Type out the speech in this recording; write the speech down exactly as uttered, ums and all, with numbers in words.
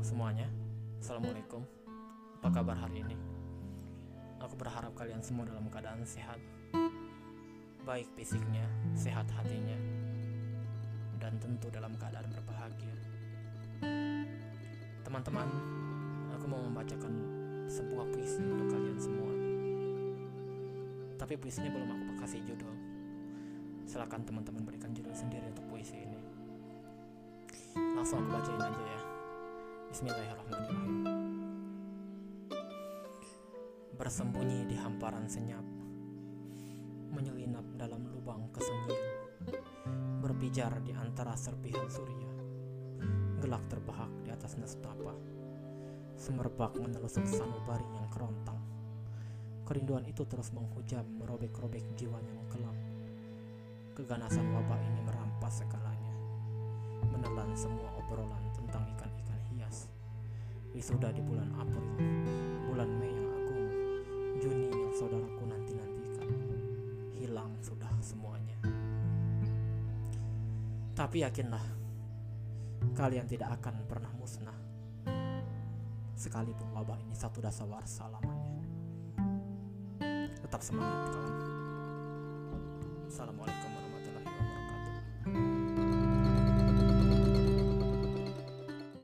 semuanya, Assalamualaikum. Apa kabar hari ini? Aku berharap kalian semua dalam keadaan sehat, baik fisiknya, sehat hatinya, dan tentu dalam keadaan berbahagia. Teman-teman, aku mau membacakan sebuah puisi untuk kalian semua. Tapi puisinya belum aku kasih judul. Silakan teman-teman berikan judul sendiri untuk puisi ini. Langsung aku bacain aja ya. Bismillahirrahmanirrahim. Bersembunyi di hamparan senyap, menyelinap dalam lubang kesunyian, berpijar di antara serpihan surya, gelak terbahak di atas nestapa, semerbak menelusuk sanubari yang kerontang. Kerinduan itu terus menghujam, merobek-robek jiwanya mengkelam. Keganasan wabah ini merampas segalanya, menelan semua obrolan tentang ikan-ikan hias. Wisuda di bulan April, bulan Mei yang agung, Juni yang saudaraku nanti-nantikan, hilang sudah semuanya. Tapi yakinlah, kalian tidak akan pernah musnah, sekalipun wabah ini satu dasawarsa lamanya. Tetap semangat kawan. Assalamualaikum.